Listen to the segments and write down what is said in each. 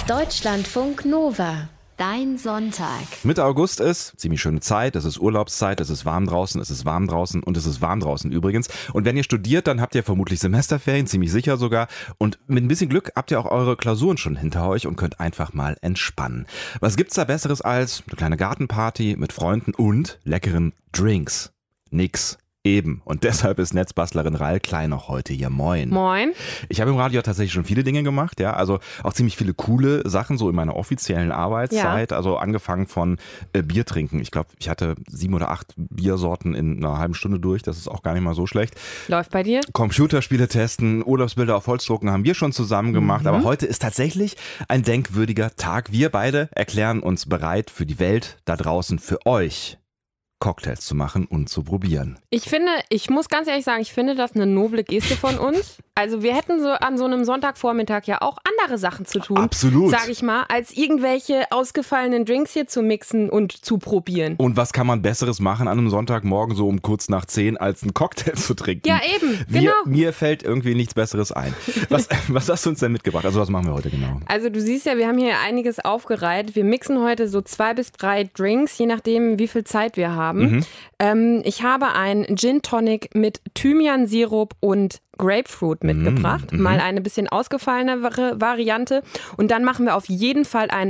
Deutschlandfunk Nova. Dein Sonntag. Mitte August ist ziemlich schöne Zeit, es ist Urlaubszeit, es ist warm draußen und es ist warm draußen übrigens. Und wenn ihr studiert, dann habt ihr vermutlich Semesterferien, ziemlich sicher sogar. Und mit ein bisschen Glück habt ihr auch eure Klausuren schon hinter euch und könnt einfach mal entspannen. Was gibt's da Besseres als eine kleine Gartenparty mit Freunden und leckeren Drinks? Nix. Eben. Und deshalb ist Netzbastlerin Rall Klein auch heute hier. Moin. Moin. Ich habe im Radio tatsächlich schon viele Dinge gemacht, ja, also auch ziemlich viele coole Sachen so in meiner offiziellen Arbeitszeit, also angefangen von Bier trinken. Ich glaube, ich hatte 7 oder 8 Biersorten in einer halben Stunde durch, das ist auch gar nicht mal so schlecht. Läuft bei dir? Computerspiele testen, Urlaubsbilder auf Holz drucken haben wir schon zusammen gemacht, aber heute ist tatsächlich ein denkwürdiger Tag. Wir beide erklären uns bereit für die Welt da draußen, für euch Cocktails zu machen und zu probieren. Ich muss ganz ehrlich sagen, ich finde das eine noble Geste von uns. Also wir hätten so an so einem Sonntagvormittag ja auch andere Sachen zu tun. Absolut. Sag ich mal, als irgendwelche ausgefallenen Drinks hier zu mixen und zu probieren. Und was kann man Besseres machen an einem Sonntagmorgen so um kurz nach 10 als einen Cocktail zu trinken? Ja, eben, genau. Mir fällt irgendwie nichts Besseres ein. Was hast du uns denn mitgebracht? Also was machen wir heute genau? Also du siehst ja, wir haben hier einiges aufgereiht. Wir mixen heute so 2 bis 3 Drinks, je nachdem, wie viel Zeit wir haben. Ich habe einen Gin Tonic mit Thymian-Sirup und Grapefruit mitgebracht. Mal eine bisschen ausgefallenere Variante. Und dann machen wir auf jeden Fall einen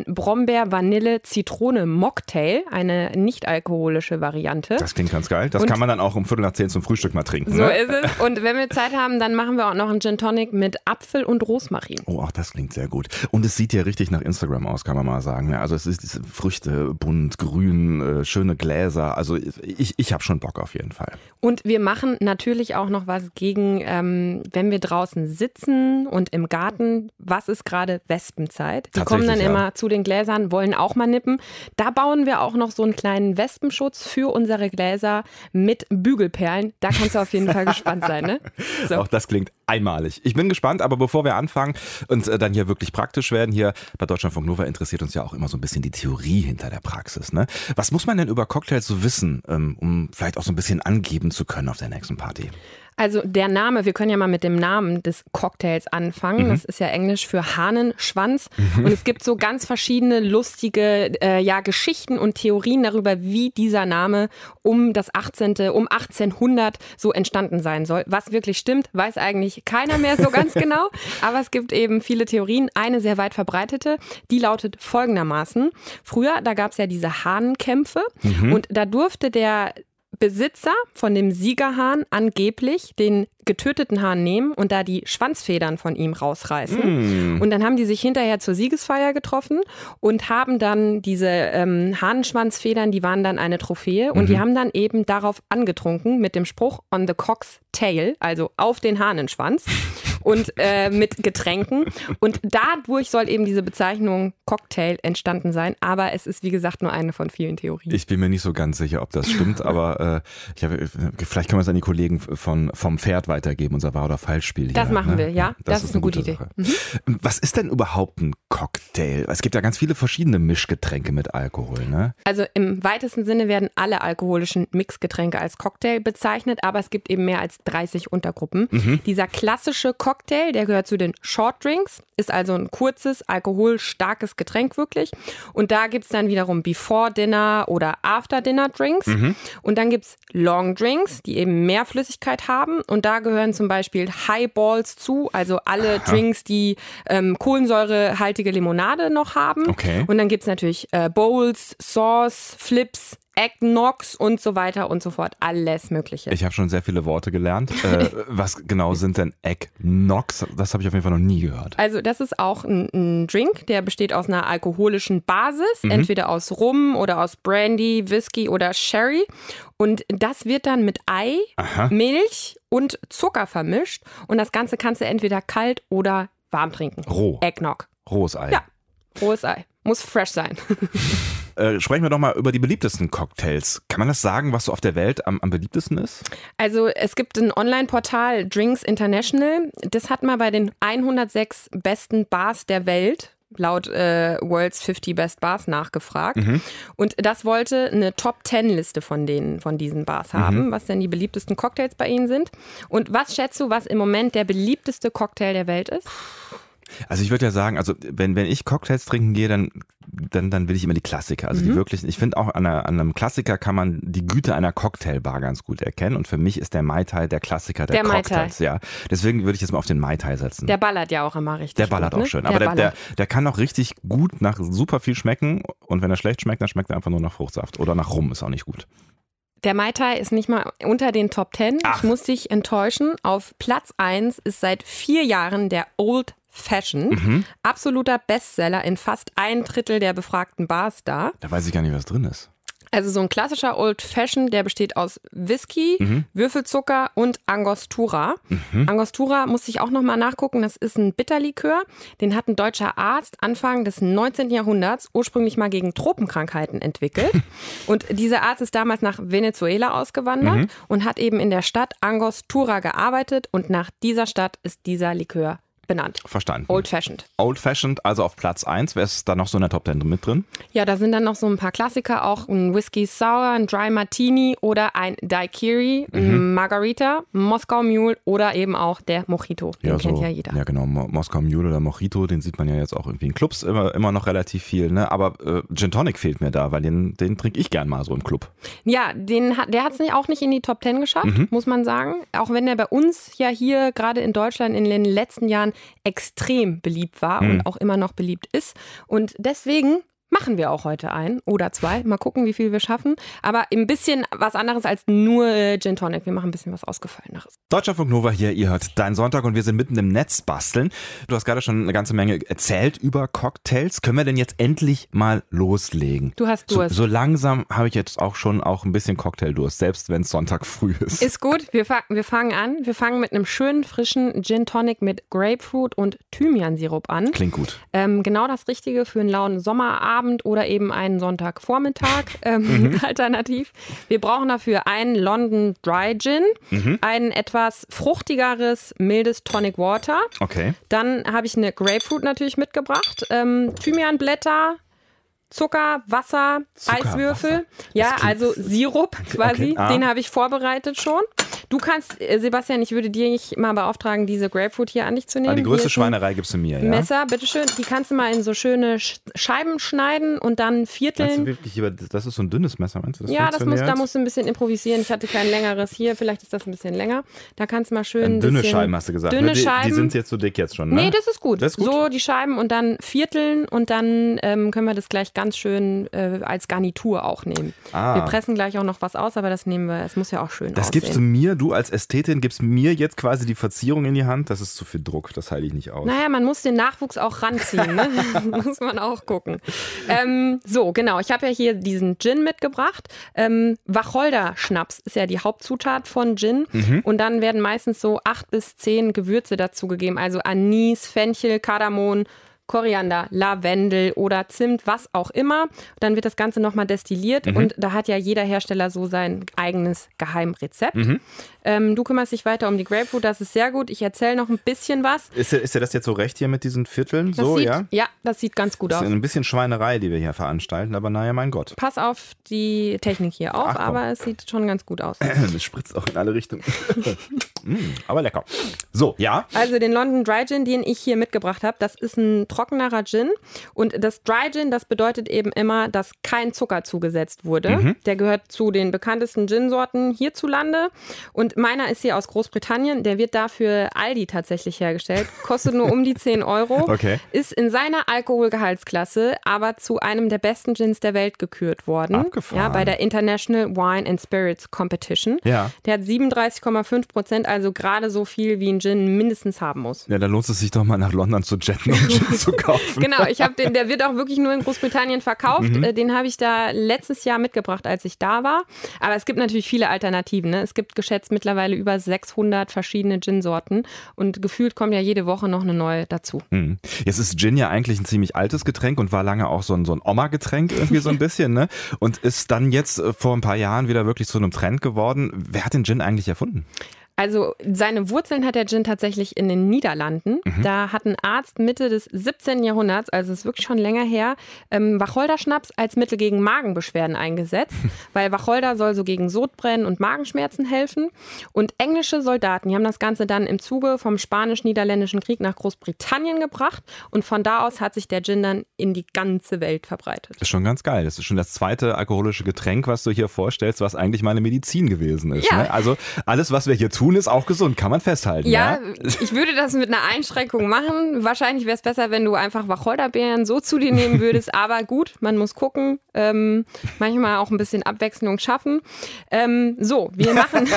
Brombeer-Vanille-Zitrone-Mocktail, eine nicht-alkoholische Variante. Das klingt ganz geil. Das kann man dann auch um 9:15 zum Frühstück mal trinken. So ist es. Und wenn wir Zeit haben, dann machen wir auch noch einen Gin Tonic mit Apfel und Rosmarin. Oh, auch das klingt sehr gut. Und es sieht ja richtig nach Instagram aus, kann man mal sagen. Also es ist diese Früchte, bunt, grün, schöne Gläser. Also ich habe schon Bock auf jeden Fall. Und wir machen natürlich auch noch was gegen wenn wir draußen sitzen und im Garten, was ist gerade Wespenzeit? Die kommen dann immer zu den Gläsern, wollen auch mal nippen. Da bauen wir auch noch so einen kleinen Wespenschutz für unsere Gläser mit Bügelperlen. Da kannst du auf jeden Fall gespannt sein, ne? So. Auch das klingt einmalig. Ich bin gespannt, aber bevor wir anfangen und dann hier wirklich praktisch werden, hier bei Deutschlandfunk Nova interessiert uns ja auch immer so ein bisschen die Theorie hinter der Praxis, ne? Was muss man denn über Cocktails so wissen, um vielleicht auch so ein bisschen angeben zu können auf der nächsten Party? Also der Name, wir können ja mal mit dem Namen des Cocktails anfangen. Das ist ja Englisch für Hahnenschwanz. Und es gibt so ganz verschiedene lustige Geschichten und Theorien darüber, wie dieser Name um 1800 so entstanden sein soll. Was wirklich stimmt, weiß eigentlich keiner mehr so ganz genau. Aber es gibt eben viele Theorien. Eine sehr weit verbreitete, die lautet folgendermaßen. Früher, da gab es ja diese Hahnenkämpfe und da durfte der Besitzer von dem Siegerhahn angeblich den getöteten Hahn nehmen und da die Schwanzfedern von ihm rausreißen. Und dann haben die sich hinterher zur Siegesfeier getroffen und haben dann diese Hahnenschwanzfedern, die waren dann eine Trophäe und die haben dann eben darauf angetrunken mit dem Spruch on the cock's tail, also auf den Hahnenschwanz und mit Getränken. Und dadurch soll eben diese Bezeichnung Cocktail entstanden sein. Aber es ist, wie gesagt, nur eine von vielen Theorien. Ich bin mir nicht so ganz sicher, ob das stimmt, aber vielleicht können wir es an die Kollegen vom Pferd weitergeben, unser Wahr- oder Falschspiel hier. Das machen wir, ja. Das ist eine gute Idee. Was ist denn überhaupt ein Cocktail? Es gibt ja ganz viele verschiedene Mischgetränke mit Alkohol, ne? Also im weitesten Sinne werden alle alkoholischen Mixgetränke als Cocktail bezeichnet, aber es gibt eben mehr als 30 Untergruppen. Dieser klassische Cocktail, der gehört zu den Short Drinks, ist also ein kurzes, alkoholstarkes Getränk wirklich. Und da gibt es dann wiederum Before Dinner oder After Dinner Drinks. Und dann gibt es Long Drinks, die eben mehr Flüssigkeit haben. Und da gehören zum Beispiel Highballs zu, also alle Drinks, die kohlensäurehaltige Limonade noch haben. Okay. Und dann gibt es natürlich Bowls, Sauce, Flips, Eggnogs und so weiter und so fort. Alles Mögliche. Ich habe schon sehr viele Worte gelernt. Was genau sind denn Eggnogs? Das habe ich auf jeden Fall noch nie gehört. Also das ist auch ein Drink, der besteht aus einer alkoholischen Basis, entweder aus Rum oder aus Brandy, Whisky oder Sherry. Und das wird dann mit Ei, Milch und Zucker vermischt. Und das Ganze kannst du entweder kalt oder warm trinken. Roh. Eggnog. Rohes Ei. Ja, rohes Ei. Muss fresh sein. Sprechen wir doch mal über die beliebtesten Cocktails. Kann man das sagen, was so auf der Welt am beliebtesten ist? Also es gibt ein Online-Portal Drinks International. Das hat mal bei den 106 besten Bars der Welt laut World's 50 Best Bars nachgefragt. Und das wollte eine Top-10-Liste von diesen Bars haben, was denn die beliebtesten Cocktails bei ihnen sind. Und was schätzt du, was im Moment der beliebteste Cocktail der Welt ist? Also ich würde ja sagen, also wenn ich Cocktails trinken gehe, dann will ich immer die Klassiker. Also die wirklichen, ich finde auch an einem Klassiker kann man die Güte einer Cocktailbar ganz gut erkennen. Und für mich ist der Mai Tai der Klassiker der Cocktails. Ja. Deswegen würde ich jetzt mal auf den Mai Tai setzen. Der ballert ja auch immer richtig. Der ballert gut, auch ne? schön. Aber der kann auch richtig gut nach super viel schmecken. Und wenn er schlecht schmeckt, dann schmeckt er einfach nur nach Fruchtsaft. Oder nach Rum, ist auch nicht gut. Der Mai Tai ist nicht mal unter den Top 10. Ach. Ich muss dich enttäuschen. Auf Platz 1 ist seit 4 Jahren der Old Fashioned. Absoluter Bestseller in fast 1/3 der befragten Bars da. Da weiß ich gar nicht, was drin ist. Also so ein klassischer Old Fashioned, der besteht aus Whisky, Würfelzucker und Angostura. Angostura musste ich auch nochmal nachgucken, das ist ein Bitterlikör. Den hat ein deutscher Arzt Anfang des 19. Jahrhunderts ursprünglich mal gegen Tropenkrankheiten entwickelt. Und dieser Arzt ist damals nach Venezuela ausgewandert und hat eben in der Stadt Angostura gearbeitet und nach dieser Stadt ist dieser Likör benannt. Verstanden. Old Fashioned. Old Fashioned, also auf Platz 1. Wer ist da noch so in der Top 10 mit drin? Ja, da sind dann noch so ein paar Klassiker, auch ein Whisky Sour, ein Dry Martini oder ein Daiquiri, ein Margarita, Moskau Mule oder eben auch der Mojito. Den kennt ja jeder. Ja, genau. Moskau Mule oder Mojito, den sieht man ja jetzt auch irgendwie in Clubs immer noch relativ viel. Ne? Aber Gin Tonic fehlt mir da, weil den trinke ich gern mal so im Club. Ja, der hat es auch nicht in die Top 10 geschafft, muss man sagen. Auch wenn er bei uns ja hier gerade in Deutschland in den letzten Jahren extrem beliebt war und auch immer noch beliebt ist. Und deswegen machen wir auch heute ein oder zwei. Mal gucken, wie viel wir schaffen. Aber ein bisschen was anderes als nur Gin Tonic. Wir machen ein bisschen was Ausgefalleneres. Deutschlandfunk Nova hier, ihr hört Dein Sonntag und wir sind mitten im Netz basteln. Du hast gerade schon eine ganze Menge erzählt über Cocktails. Können wir denn jetzt endlich mal loslegen? Du hast Durst. So langsam habe ich jetzt auch ein bisschen Cocktaildurst, selbst wenn es Sonntag früh ist. Ist gut, wir fangen an. Wir fangen mit einem schönen, frischen Gin Tonic mit Grapefruit und Thymiansirup an. Klingt gut. Genau das Richtige für einen lauen Sommerabend oder eben einen Sonntagvormittag alternativ. Wir brauchen dafür einen London Dry Gin, ein etwas fruchtigeres, mildes Tonic Water. Okay. Dann habe ich eine Grapefruit natürlich mitgebracht, Thymianblätter, Zucker, Wasser, Eiswürfel. Wasser. Ja, also Sirup quasi. Okay. Den habe ich vorbereitet schon. Du kannst, Sebastian, ich würde dir nicht mal beauftragen, diese Grapefruit hier an dich zu nehmen. Die größte Schweinerei gibst du mir, ja? Messer, bitteschön. Die kannst du mal in so schöne Scheiben schneiden und dann vierteln. Meinst du wirklich, das ist so ein dünnes Messer, meinst du? Da musst du ein bisschen improvisieren. Ich hatte kein längeres hier, vielleicht ist das ein bisschen länger. Da kannst du mal schön dünne Scheiben, hast du gesagt. Dünne Scheiben. Die sind jetzt so dick jetzt schon, ne? Nee, das ist gut. Das ist gut. So die Scheiben und dann vierteln und dann können wir das gleich ganz schön als Garnitur auch nehmen. Wir pressen gleich auch noch was aus, aber das nehmen wir, es muss ja auch schön aussehen. Das gibst du mir, du als Ästhetin, gibst mir jetzt quasi die Verzierung in die Hand. Das ist zu viel Druck, das halte ich nicht aus. Naja, man muss den Nachwuchs auch ranziehen, ne? Muss man auch gucken. So, genau, ich habe ja hier diesen Gin mitgebracht. Wacholder-Schnaps ist ja die Hauptzutat von Gin. Und dann werden meistens so 8 bis 10 Gewürze dazugegeben, also Anis, Fenchel, Kardamom, Koriander, Lavendel oder Zimt, was auch immer. Dann wird das Ganze nochmal destilliert und da hat ja jeder Hersteller so sein eigenes Geheimrezept. Du kümmerst dich weiter um die Grapefruit, das ist sehr gut. Ich erzähle noch ein bisschen was. Ist dir das jetzt so recht hier mit diesen Vierteln? Ja, das sieht ganz gut aus. Das ist ein bisschen Schweinerei, die wir hier veranstalten, aber naja, mein Gott. Pass auf die Technik hier auf, aber es sieht schon ganz gut aus. Das spritzt auch in alle Richtungen. Aber lecker. So, ja. Also den London Dry Gin, den ich hier mitgebracht habe, das ist ein trockenerer Gin. Und das Dry Gin, das bedeutet eben immer, dass kein Zucker zugesetzt wurde. Der gehört zu den bekanntesten Gin-Sorten hierzulande. Und meiner ist hier aus Großbritannien. Der wird dafür Aldi tatsächlich hergestellt. Kostet nur um die 10 €. Okay. Ist in seiner Alkoholgehaltsklasse aber zu einem der besten Gins der Welt gekürt worden. Abgefahren. Ja, bei der International Wine and Spirits Competition. Ja. Der hat 37,5%, also gerade so viel wie ein Gin mindestens haben muss. Ja, dann lohnt es sich doch mal nach London zu jetten, um Gin zu kaufen. Genau, der wird auch wirklich nur in Großbritannien verkauft. Den habe ich da letztes Jahr mitgebracht, als ich da war. Aber es gibt natürlich viele Alternativen. Ne? Es gibt geschätzt mittlerweile über 600 verschiedene Gin-Sorten und gefühlt kommt ja jede Woche noch eine neue dazu. Jetzt ist Gin ja eigentlich ein ziemlich altes Getränk und war lange auch so ein Oma-Getränk irgendwie so ein bisschen, ne? Und ist dann jetzt vor ein paar Jahren wieder wirklich zu einem Trend geworden. Wer hat den Gin eigentlich erfunden? Also seine Wurzeln hat der Gin tatsächlich in den Niederlanden. Da hat ein Arzt Mitte des 17. Jahrhunderts, also ist wirklich schon länger her, Wacholderschnaps als Mittel gegen Magenbeschwerden eingesetzt, weil Wacholder soll so gegen Sodbrennen und Magenschmerzen helfen. Und englische Soldaten, die haben das Ganze dann im Zuge vom Spanisch-Niederländischen Krieg nach Großbritannien gebracht und von da aus hat sich der Gin dann in die ganze Welt verbreitet. Das ist schon ganz geil. Das ist schon das zweite alkoholische Getränk, was du hier vorstellst, was eigentlich mal eine Medizin gewesen ist. Ja. Ne? Also alles, was wir hier tun, ist auch gesund, kann man festhalten. Ja, ich würde das mit einer Einschränkung machen. Wahrscheinlich wäre es besser, wenn du einfach Wacholderbeeren so zu dir nehmen würdest. Aber gut, man muss gucken. Manchmal auch ein bisschen Abwechslung schaffen. Wir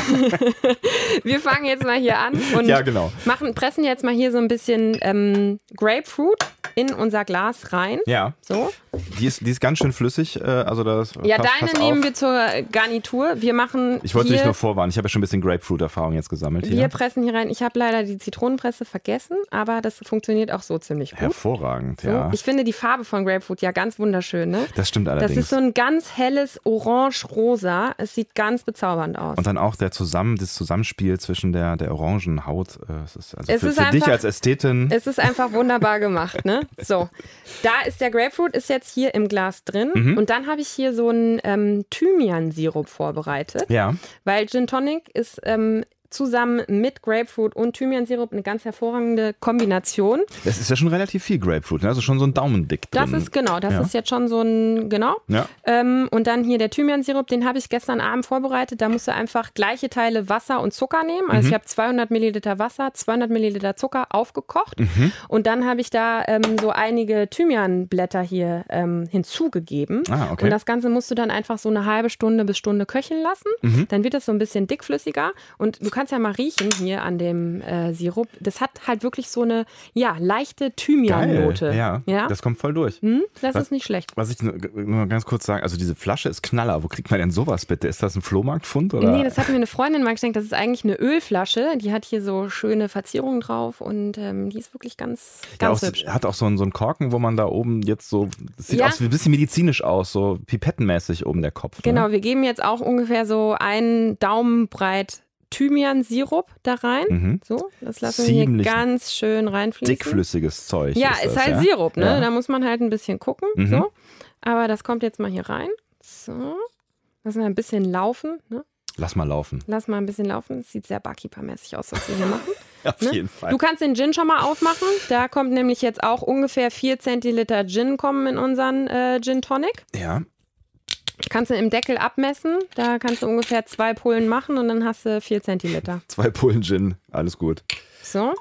fangen jetzt mal hier an und Ja, genau. pressen jetzt mal hier so ein bisschen Grapefruit in unser Glas rein. Ja. So. Die ist ganz schön flüssig. Also das Ja, pass deine nehmen wir zur Garnitur. Wir machen Ich wollte hier, dich nur vorwarnen. Ich habe ja schon ein bisschen Grapefruit-Erfahrung jetzt gesammelt hier. wir pressen hier rein. Ich habe leider die Zitronenpresse vergessen, aber das funktioniert auch so ziemlich gut. Hervorragend, So. ja. Ich finde die Farbe von Grapefruit ja ganz wunderschön. Ne? Das stimmt allerdings. Das ist so ein ganz helles Orange-Rosa. Es sieht ganz bezaubernd aus. Und dann auch das Zusammenspiel zwischen der Orangenhaut. Es ist also Es für ist dich einfach- als Ästhetin. Es ist einfach wunderbar gemacht, ne? So, da ist der Grapefruit, ist jetzt hier im Glas drin. Und dann habe ich hier so einen Thymian-Sirup vorbereitet. Ja. Weil Gin Tonic ist zusammen mit Grapefruit und Thymian-Sirup eine ganz hervorragende Kombination. Das ist ja schon relativ viel Grapefruit, ne? Also schon so ein Daumendick drin. Das Ja. ist jetzt schon so ein, genau. Ja. Und dann hier der Thymian-Sirup, den habe ich gestern Abend vorbereitet. Da musst du einfach gleiche Teile Wasser und Zucker nehmen. Also ich habe 200 Milliliter Wasser, 200 Milliliter Zucker aufgekocht. Und dann habe ich da so einige Thymianblätter hier hinzugegeben. Ah, okay. Und das Ganze musst du dann einfach so eine halbe Stunde bis Stunde köcheln lassen. Dann wird das so ein bisschen dickflüssiger. Und du kannst ja mal riechen hier an dem Sirup. Das hat halt wirklich so eine leichte Thymian-Note. Geil. Ja, das kommt voll durch. Das ist nicht schlecht. Was ich nur ganz kurz sagen, also diese Flasche ist Knaller. Wo kriegt man denn sowas bitte? Ist das ein Flohmarktfund? Oder? Nee, das hat mir eine Freundin mal geschenkt. Das ist eigentlich eine Ölflasche. Die hat hier so schöne Verzierungen drauf und die ist wirklich ganz hübsch. Hat auch so einen Korken, wo man da oben jetzt so, das sieht Ja. aus wie ein bisschen medizinisch aus, so pipettenmäßig oben der Kopf. Genau, Ne? wir geben jetzt auch ungefähr so einen Daumenbreit Thymian-Sirup da rein. So, das lassen wir hier Ziemlich ganz schön reinfließen. Dickflüssiges Zeug. Ja, ist ist das, halt ja? Sirup, ne? Ja. Da muss man halt ein bisschen gucken. So. Aber das kommt jetzt mal hier rein. So. Lassen wir ein bisschen laufen. Ne? Lass mal laufen. Lass mal ein bisschen laufen. Es sieht sehr Barkeeper-mäßig aus, was wir hier machen. Auf Ne? jeden Fall. Du kannst den Gin schon mal aufmachen. Da kommt nämlich jetzt auch ungefähr 4 Zentiliter Gin kommen in unseren Gin Tonic. Ja. Kannst du im Deckel abmessen. Da kannst du ungefähr 2 Pullen machen und dann hast du 4 Zentiliter. 2 Pullen Gin, alles gut. So,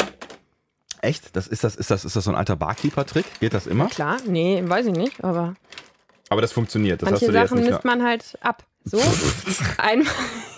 Echt? Ist das so ein alter Barkeeper-Trick? Geht das immer? klar. Nee, weiß ich nicht, aber Aber das funktioniert. Das manche hast du dir jetzt Sachen nicht misst man halt ab. So, einmal.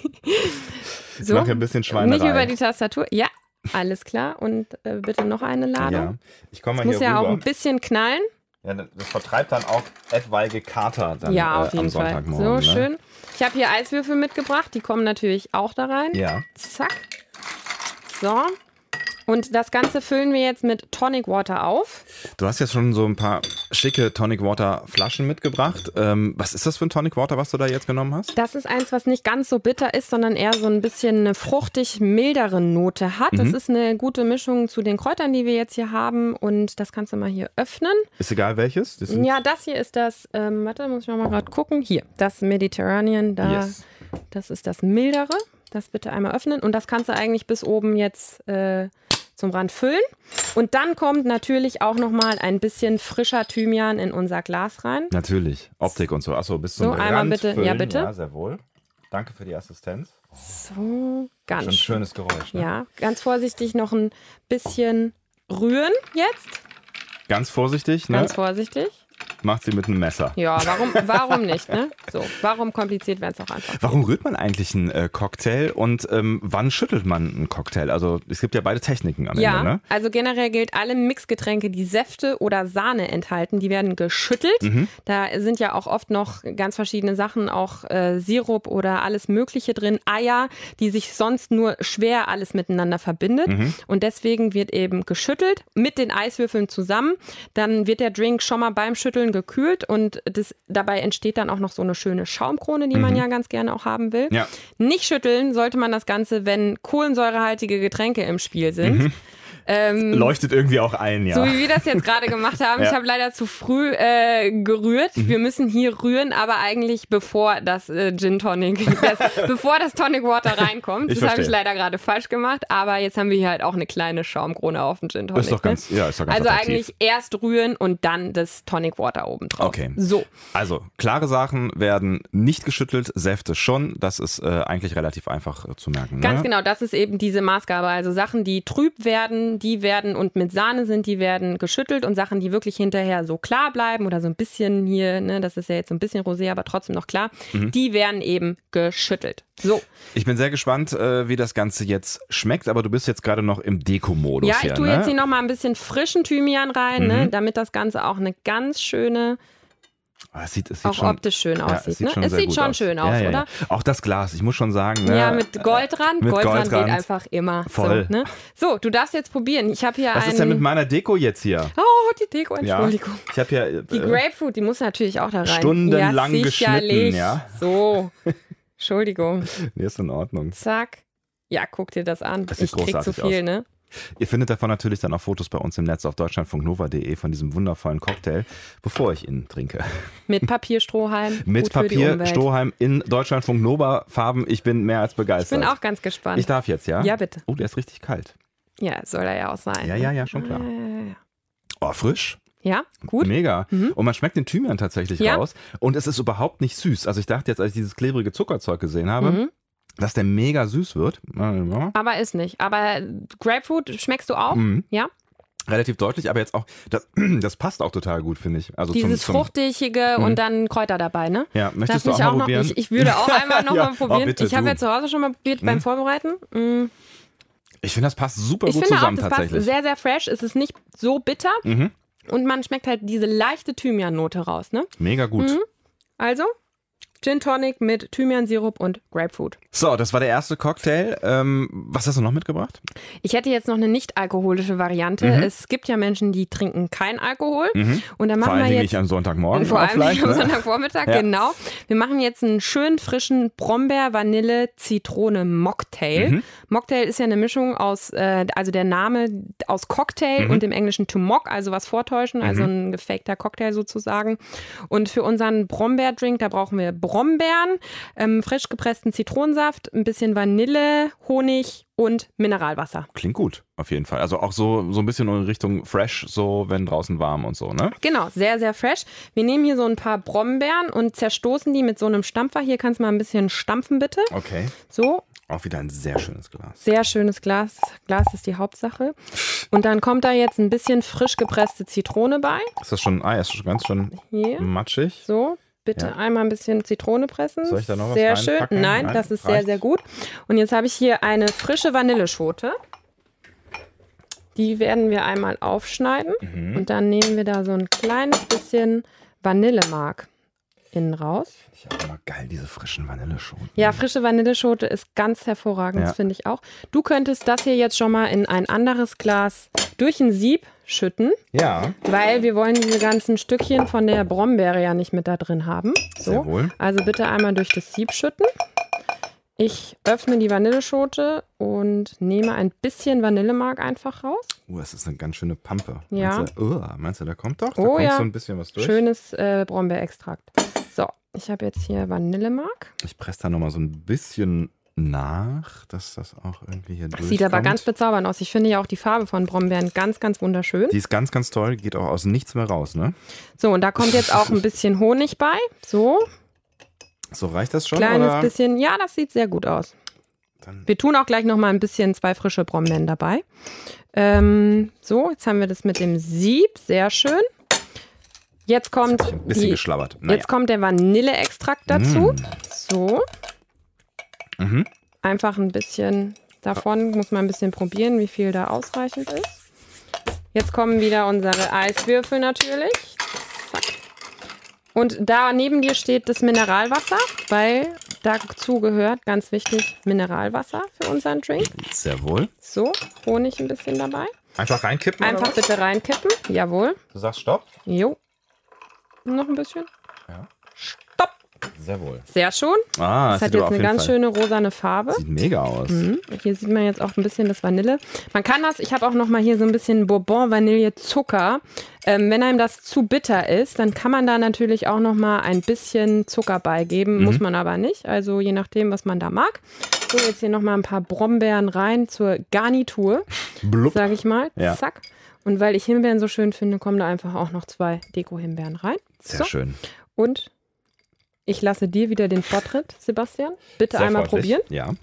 So, Mach ein bisschen Schweinerei. nicht über die Tastatur. Ja, alles klar. Und bitte noch eine Ladung. Ja. Ich komme mal Muss hier ja rüber. auch ein bisschen knallen. Ja, das vertreibt dann auch etwaige Kater dann Ja, auf am jeden Fall. Sonntagmorgen. So, ne? schön. Ich habe hier Eiswürfel mitgebracht. Die kommen natürlich auch da rein. Ja. Zack. So. Und das Ganze füllen wir jetzt mit Tonic Water auf. Du hast jetzt schon so ein paar schicke Tonic Water Flaschen mitgebracht. Was ist das für ein Tonic Water, was du da jetzt genommen hast? Das ist eins, was nicht ganz so bitter ist, sondern eher so ein bisschen eine fruchtig mildere Note hat. Das ist eine gute Mischung zu den Kräutern, die wir jetzt hier haben. Und das kannst du mal hier öffnen. Ist egal welches? Das sind Ja, das hier ist das, warte, muss ich noch mal gerade gucken. Hier, das Mediterranean, Yes. das ist das mildere. Das bitte einmal öffnen. Und das kannst du eigentlich bis oben jetzt zum Rand füllen. Und dann kommt natürlich auch noch mal ein bisschen frischer Thymian in unser Glas rein. Natürlich. Optik und so. Achso, bis zum So, einmal Rand bitte. füllen. Ja, bitte. Ja, sehr wohl. Danke für die Assistenz. So, ganz Schon ein schönes Geräusch. Ne? Ja, ganz vorsichtig noch ein bisschen rühren jetzt. Ganz vorsichtig, ne? Ganz vorsichtig. Macht sie mit einem Messer. Ja, warum nicht, ne? So, warum kompliziert werden es auch einfach? Warum rührt man eigentlich einen Cocktail und wann schüttelt man einen Cocktail? Also es gibt ja beide Techniken am Ja, Ende, ne? also generell gilt, alle Mixgetränke, die Säfte oder Sahne enthalten, die werden geschüttelt. Da sind ja auch oft noch ganz verschiedene Sachen, auch Sirup oder alles Mögliche drin, Eier, die sich sonst nur schwer alles miteinander verbindet. Und deswegen wird eben geschüttelt mit den Eiswürfeln zusammen. Dann wird der Drink schon mal beim Schütteln schön gekühlt und dabei entsteht dann auch noch so eine schöne Schaumkrone, die man ja ganz gerne auch haben will. Ja. Nicht schütteln sollte man das Ganze, wenn kohlensäurehaltige Getränke im Spiel sind. Leuchtet irgendwie auch ein, ja. So wie wir das jetzt gerade gemacht haben. Ja. Ich habe leider zu früh gerührt. Wir müssen hier rühren, aber eigentlich bevor das bevor das Tonic Water reinkommt. Das habe ich leider gerade falsch gemacht. Aber jetzt haben wir hier halt auch eine kleine Schaumkrone auf dem Gin Tonic. Ist doch ganz, ne? ist doch ganz Also attraktiv. eigentlich erst rühren und dann das Tonic Water oben drauf. Okay. So. Also, klare Sachen werden nicht geschüttelt, Säfte schon. Das ist eigentlich relativ einfach zu merken. Ne? Ganz genau, das ist eben diese Maßgabe. Also Sachen, die trüb werden, die werden und mit Sahne sind, die werden geschüttelt und Sachen, die wirklich hinterher so klar bleiben oder so ein bisschen hier, ne, das ist ja jetzt so ein bisschen rosé, aber trotzdem noch klar, die werden eben geschüttelt. So. Ich bin sehr gespannt, wie das Ganze jetzt schmeckt, aber du bist jetzt gerade noch im Deko-Modus. Ja, ich tue ne? jetzt hier nochmal ein bisschen frischen Thymian rein, ne, damit das Ganze auch eine ganz schöne, Es sieht auch schon, optisch schön aussieht. sieht Ne? schon Es sehr sieht gut schon aus. schön aus, Ja. oder? Auch das Glas, ich muss schon sagen. Ne? Ja, mit Goldrand. mit Goldrand geht Goldrand. einfach immer. Voll. So, ne? So, du darfst jetzt probieren. Ich habe hier Was ist denn mit meiner Deko jetzt hier? Oh, die Deko, Entschuldigung. Ja, ich habe hier Die Grapefruit, die muss natürlich auch da rein. stundenlang ja, sicherlich. geschnitten, ja. So, Entschuldigung. Nee, ist in Ordnung. Zack. Ja, guck dir das an. Das sieht Ich krieg zu großartig viel, aus. ne? Ihr findet davon natürlich dann auch Fotos bei uns im Netz auf deutschlandfunknova.de von diesem wundervollen Cocktail, bevor ich ihn trinke. Mit Papierstrohhalm. Mit gut für die Papier, Umwelt. Strohhalm in Deutschlandfunk Nova Farben. Ich bin mehr als Ich begeistert. bin auch ganz gespannt. Ich darf jetzt, ja? Ja, bitte. Oh, der ist richtig kalt. Ja, soll er ja auch sein. Ja, schon klar. Oh, frisch. Ja, gut. Mega. Und man schmeckt den Thymian tatsächlich Ja. raus. Und es ist überhaupt nicht süß. Also ich dachte jetzt, als ich dieses klebrige Zuckerzeug gesehen habe, dass der mega süß wird. Aber ist nicht. Aber Grapefruit schmeckst du auch? Ja. Relativ deutlich, aber jetzt auch, das passt auch total gut, finde ich. Also Dieses zum Fruchtige und dann Kräuter dabei, ne? Ja, möchtest Darf du ich auch mal probieren? noch, ich würde auch einmal noch Ja, mal probieren. bitte, ich habe du. ja zu Hause schon mal probiert beim Vorbereiten. Ich finde, das passt super Ich gut finde auch, zusammen das passt tatsächlich. sehr, sehr fresh. Es ist nicht so bitter und man schmeckt halt diese leichte Thymian-Note raus, ne? Mega gut. Also, Gin Tonic mit Thymiansirup und Grapefruit. So, das war der erste Cocktail. Was hast du noch mitgebracht? Ich hätte jetzt noch eine nicht-alkoholische Variante. Es gibt ja Menschen, die trinken kein Alkohol. Und dann Vor machen allem wir nicht jetzt am Sonntagmorgen. vor auch allem vielleicht, am ne? Sonntagvormittag, Ja. genau. Wir machen jetzt einen schönen frischen Brombeer-Vanille-Zitrone-Mocktail. Mocktail ist ja eine Mischung aus, also der Name aus Cocktail und im Englischen to mock, also was vortäuschen, also ein gefakter Cocktail sozusagen. Und für unseren Brombeerdrink, da brauchen wir Brombeeren, frisch gepressten Zitronensaft, ein bisschen Vanille, Honig und Mineralwasser. Klingt gut, auf jeden Fall. Also auch so ein bisschen in Richtung fresh, so wenn draußen warm und so, ne? Genau, sehr, sehr fresh. Wir nehmen hier so ein paar Brombeeren und zerstoßen die mit so einem Stampfer. Hier kannst du mal ein bisschen stampfen, bitte. Okay. So, Auch wieder ein sehr schönes Glas. sehr schönes Glas. Glas ist die Hauptsache. Und dann kommt da jetzt ein bisschen frisch gepresste Zitrone bei. Ist das schon, ist schon ganz schön Hier, matschig? so. Bitte Ja. einmal ein bisschen Zitrone pressen. Soll ich da noch was sehr schön. reinpacken? Nein, Nein, das ist reicht. sehr, sehr gut. Und jetzt habe ich hier eine frische Vanilleschote. Die werden wir einmal aufschneiden. Und dann nehmen wir da so ein kleines bisschen Vanillemark innen raus. Ich habe immer geil, diese frischen Vanilleschoten. Ja, frische Vanilleschote ist ganz hervorragend, Ja. das finde ich auch. Du könntest das hier jetzt schon mal in ein anderes Glas durch ein Sieb schütten, Ja, weil wir wollen diese ganzen Stückchen von der Brombeere ja nicht mit da drin haben. So. Sehr wohl. Also bitte einmal durch das Sieb schütten. Ich öffne die Vanilleschote und nehme ein bisschen Vanillemark einfach raus. das ist eine ganz schöne Pampe. Ja. Meinst du, da kommt doch? Da Oh kommt ja. so ein bisschen was durch. Schönes Brombeerextrakt. So, ich habe jetzt hier Vanillemark. Ich presse da nochmal so ein bisschen nach, dass das auch irgendwie hier durchkommt. Sieht aber ganz bezaubernd aus. Ich finde ja auch die Farbe von Brombeeren ganz, ganz wunderschön. Die ist ganz, ganz toll. Geht auch aus nichts mehr raus, ne? So, und da kommt jetzt auch ein bisschen Honig bei. So, So, reicht das schon? kleines oder? bisschen. Ja, das sieht sehr gut aus. Dann- Wir tun auch gleich noch mal ein bisschen 2 frische Brombeeren dabei. So, jetzt haben wir das mit dem Sieb. Sehr schön. Jetzt kommt, Ein bisschen geschlabbert. jetzt kommt der Vanilleextrakt dazu. So. Mhm. Einfach ein bisschen davon, muss man ein bisschen probieren, wie viel da ausreichend ist. Jetzt kommen wieder unsere Eiswürfel natürlich. Zack. Und da neben dir steht das Mineralwasser, weil dazu gehört, ganz wichtig, Mineralwasser für unseren Drink. Sehr wohl. So, Honig ein bisschen dabei. Einfach reinkippen, Einfach oder was? bitte reinkippen. Jawohl. Du sagst Stopp. Jo. Noch ein bisschen. Ja. Stopp. Sehr wohl. Sehr schon. Das hat jetzt eine ganz schöne rosane Farbe. Sieht mega aus. Hier sieht man jetzt auch ein bisschen das Vanille. Man kann das, ich habe auch noch mal hier so ein bisschen Bourbon-Vanille-Zucker. Wenn einem das zu bitter ist, dann kann man da natürlich auch noch mal ein bisschen Zucker beigeben. Muss man aber nicht. Also je nachdem, was man da mag. So, jetzt hier noch mal ein paar Brombeeren rein zur Garnitur, sage ich mal. Ja. Zack. Und weil ich Himbeeren so schön finde, kommen da einfach auch noch 2 Deko-Himbeeren rein. Sehr schön. Und ich lasse dir wieder den Vortritt, Sebastian. Bitte Sehr einmal freundlich. probieren. Ja.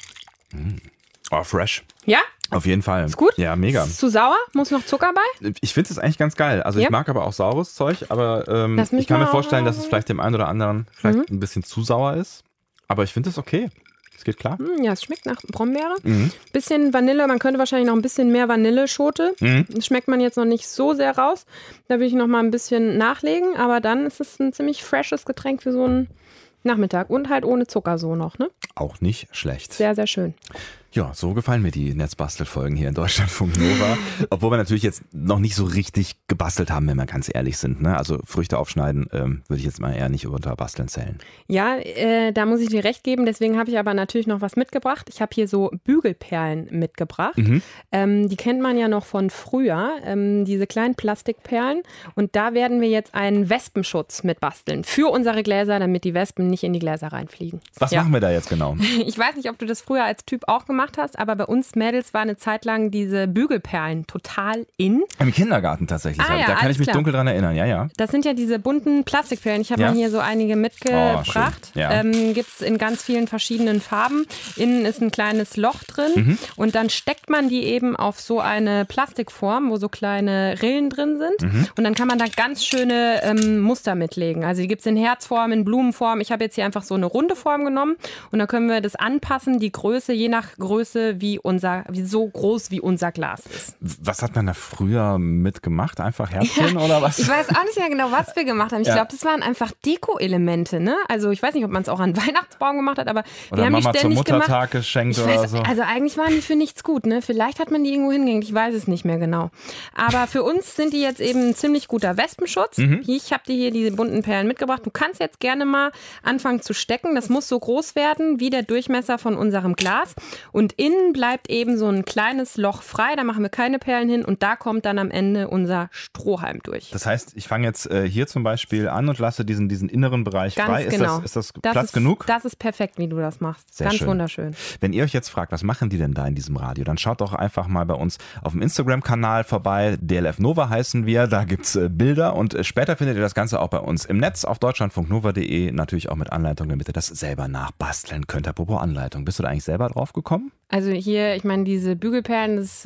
Oh, fresh. Ja? Auf jeden Fall. Ist gut? Ja, mega. Ist zu sauer? Muss noch Zucker bei? Ich finde es eigentlich ganz geil. Also ich mag aber auch saures Zeug, aber ich kann mir vorstellen, dass es vielleicht dem einen oder anderen vielleicht ein bisschen zu sauer ist. Aber ich finde es okay. Es geht klar. Ja, es schmeckt nach Brombeere. Bisschen Vanille, man könnte wahrscheinlich noch ein bisschen mehr Vanilleschote. Das schmeckt man jetzt noch nicht so sehr raus. Da will ich noch mal ein bisschen nachlegen, aber dann ist es ein ziemlich freshes Getränk für so einen Nachmittag und halt ohne Zucker so noch, ne? Auch nicht schlecht. Sehr, sehr schön. Ja, so gefallen mir die Netzbastelfolgen hier in Deutschlandfunk Nova. Obwohl wir natürlich jetzt noch nicht so richtig gebastelt haben, wenn wir ganz ehrlich sind. Ne? Also Früchte aufschneiden würde ich jetzt mal eher nicht unter Basteln zählen. Ja, da muss ich dir recht geben. Deswegen habe ich aber natürlich noch was mitgebracht. Ich habe hier so Bügelperlen mitgebracht. Die kennt man ja noch von früher, diese kleinen Plastikperlen. Und da werden wir jetzt einen Wespenschutz mitbasteln für unsere Gläser, damit die Wespen nicht in die Gläser reinfliegen. Was machen wir da jetzt genau? Ich weiß nicht, ob du das früher als Typ auch gemacht hast, aber bei uns Mädels war eine Zeit lang diese Bügelperlen total in. Im Kindergarten tatsächlich. Ja, da kann ich mich dunkel dran erinnern, ja. Das sind ja diese bunten Plastikperlen. Ich habe mal hier so einige mitgebracht. Gibt es in ganz vielen verschiedenen Farben. Innen ist ein kleines Loch drin und dann steckt man die eben auf so eine Plastikform, wo so kleine Rillen drin sind und dann kann man da ganz schöne Muster mitlegen. Also die gibt es in Herzform, in Blumenform. Ich habe jetzt hier einfach so eine runde Form genommen und dann können wir das anpassen, die Größe, je nach Größe, wie so groß wie unser Glas ist. Was hat man da früher mitgemacht? Einfach Herzchen oder was? Ich weiß auch nicht mehr genau, was wir gemacht haben. Ich glaube, das waren einfach Deko-Elemente, ne? Also ich weiß nicht, ob man es auch an Weihnachtsbaum gemacht hat, aber oder wir haben Mama die ständig zum Muttertag gemacht. geschenkt oder so. Also eigentlich waren die für nichts gut, ne? Vielleicht hat man die irgendwo hingehängt, ich weiß es nicht mehr genau. Aber für uns sind die jetzt eben ein ziemlich guter Wespenschutz. Ich habe dir hier diese bunten Perlen mitgebracht. Du kannst jetzt gerne mal anfangen zu stecken. Das muss so groß werden wie der Durchmesser von unserem Glas. Und innen bleibt eben so ein kleines Loch frei, da machen wir keine Perlen hin und da kommt dann am Ende unser Strohhalm durch. Das heißt, ich fange jetzt hier zum Beispiel an und lasse diesen inneren Bereich frei. Genau. Ist das Platz genug? Das ist perfekt, wie du das machst. Sehr ganz schön. Wunderschön. Wenn ihr euch jetzt fragt, was machen die denn da in diesem Radio, dann schaut doch einfach mal bei uns auf dem Instagram-Kanal vorbei. DLF Nova heißen wir, da gibt es Bilder und später findet ihr das Ganze auch bei uns im Netz auf deutschlandfunknova.de, natürlich auch mit Anleitung, damit ihr das selber nachbasteln könnt. Apropos Anleitung, bist du da eigentlich selber drauf gekommen? Also hier, ich meine, diese Bügelperlen, das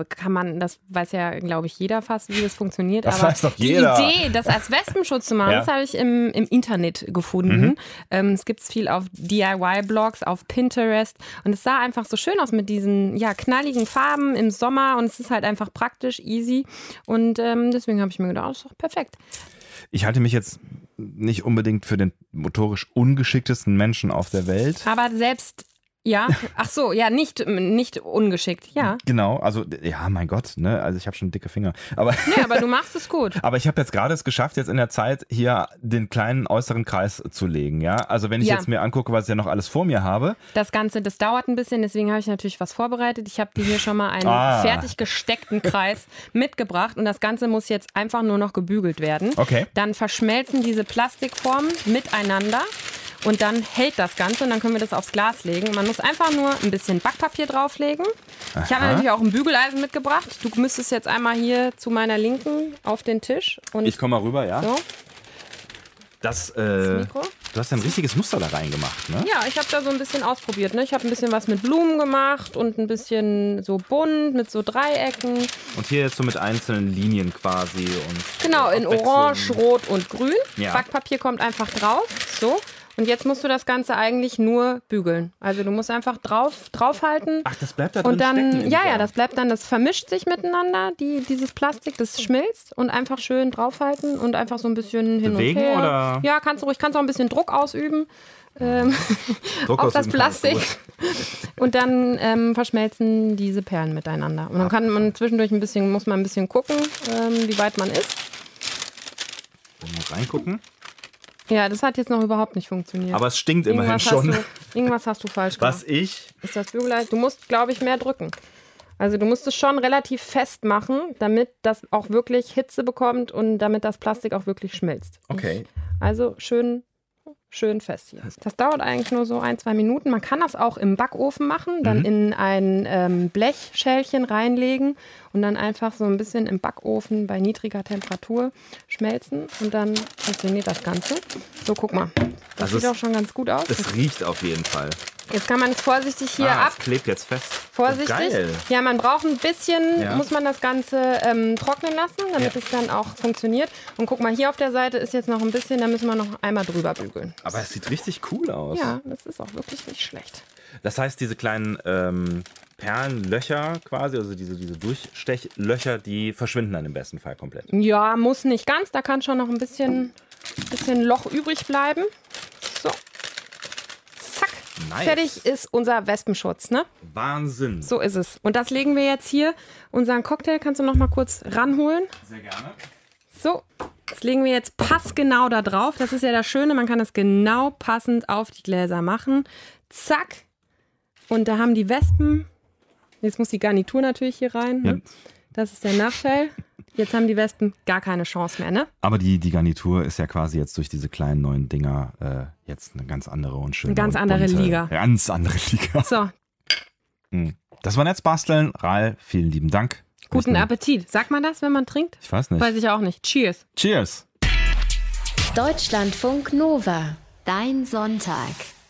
weiß ja, glaube ich, jeder fast, wie das funktioniert. Das aber weiß doch jeder. Die Idee, das als Wespenschutz zu machen, das habe ich im Internet gefunden. Es gibt viel auf DIY-Blogs, auf Pinterest und es sah einfach so schön aus mit diesen knalligen Farben im Sommer und es ist halt einfach praktisch, easy und deswegen habe ich mir gedacht, das ist doch perfekt. Ich halte mich jetzt nicht unbedingt für den motorisch ungeschicktesten Menschen auf der Welt. Aber selbst nicht ungeschickt, ja. Genau, also mein Gott, ne, also ich habe schon dicke Finger. Aber du machst es gut. Aber ich habe jetzt gerade es geschafft, jetzt in der Zeit hier den kleinen äußeren Kreis zu legen, ja. Also wenn ich jetzt mir angucke, was ich ja noch alles vor mir habe. Das Ganze, das dauert ein bisschen, deswegen habe ich natürlich was vorbereitet. Ich habe dir hier schon mal einen fertig gesteckten Kreis mitgebracht und das Ganze muss jetzt einfach nur noch gebügelt werden. Okay. Dann verschmelzen diese Plastikformen miteinander. Und dann hält das Ganze und dann können wir das aufs Glas legen. Man muss einfach nur ein bisschen Backpapier drauflegen. Aha. Ich habe natürlich auch ein Bügeleisen mitgebracht. Du müsstest jetzt einmal hier zu meiner Linken auf den Tisch. Und ich komme mal rüber, ja. So. Das Mikro. Du hast ja ein richtiges Muster da reingemacht, ne? Ja, ich habe da so ein bisschen ausprobiert. Ne? Ich habe ein bisschen was mit Blumen gemacht und ein bisschen so bunt mit so Dreiecken. Und hier jetzt so mit einzelnen Linien quasi. Und genau, in Orange, Rot und Grün. Ja. Backpapier kommt einfach drauf. So. Und jetzt musst du das Ganze eigentlich nur bügeln. Also du musst einfach draufhalten. Ach, das bleibt da drin und dann stecken? Ja, das bleibt dann, das vermischt sich miteinander, dieses Plastik, das schmilzt und einfach schön draufhalten und einfach so ein bisschen hin bewegen, und her. Oder? Ja, kannst du ruhig, kannst auch ein bisschen Druck ausüben. Auf das Plastik. Und dann verschmelzen diese Perlen miteinander. Und dann kann man zwischendurch muss man ein bisschen gucken, wie weit man ist. kurz reingucken. Ja, das hat jetzt noch überhaupt nicht funktioniert. Aber es stinkt immerhin schon. Irgendwas hast du falsch gemacht. Was ich? Ist das Bügeleisen? Du musst, glaube ich, mehr drücken. Also du musst es schon relativ fest machen, damit das auch wirklich Hitze bekommt und damit das Plastik auch wirklich schmilzt. Okay. Also schön fest hier. Das dauert eigentlich nur so 1-2 Minuten. Man kann das auch im Backofen machen, dann in ein Blechschälchen reinlegen und dann einfach so ein bisschen im Backofen bei niedriger Temperatur schmelzen und dann funktioniert das Ganze. So, guck mal. Das sieht auch schon ganz gut aus. Es riecht auf jeden Fall. Jetzt kann man es vorsichtig hier Es klebt jetzt fest. Vorsichtig. Geil. Ja, man braucht ein bisschen, muss man das Ganze trocknen lassen, damit es dann auch funktioniert. Und guck mal, hier auf der Seite ist jetzt noch ein bisschen, da müssen wir noch einmal drüber bügeln. Aber es sieht richtig cool aus. Ja, das ist auch wirklich nicht schlecht. Das heißt, diese kleinen Perlenlöcher quasi, also diese Durchstechlöcher, die verschwinden dann im besten Fall komplett. Ja, muss nicht ganz, da kann schon noch ein bisschen Loch übrig bleiben. So. Zack. Nice. Fertig ist unser Wespenschutz, ne? Wahnsinn. So ist es. Und das legen wir jetzt hier. Unseren Cocktail kannst du noch mal kurz ranholen. Sehr gerne. So, das legen wir jetzt passgenau da drauf. Das ist ja das Schöne, man kann das genau passend auf die Gläser machen. Zack. Und da haben die Wespen, jetzt muss die Garnitur natürlich hier rein. Ne? Ja. Das ist der Nachteil. Jetzt haben die Wespen gar keine Chance mehr, ne? Aber die Garnitur ist ja quasi jetzt durch diese kleinen neuen Dinger jetzt eine ganz andere und schöne. Eine ganz andere bunte, Liga. Ganz andere Liga. So, Das war Netzbasteln. Ral, vielen lieben Dank. guten Appetit. Sagt man das, wenn man trinkt? Ich weiß nicht. Weiß ich auch nicht. Cheers. Cheers. Deutschlandfunk Nova. Dein Sonntag.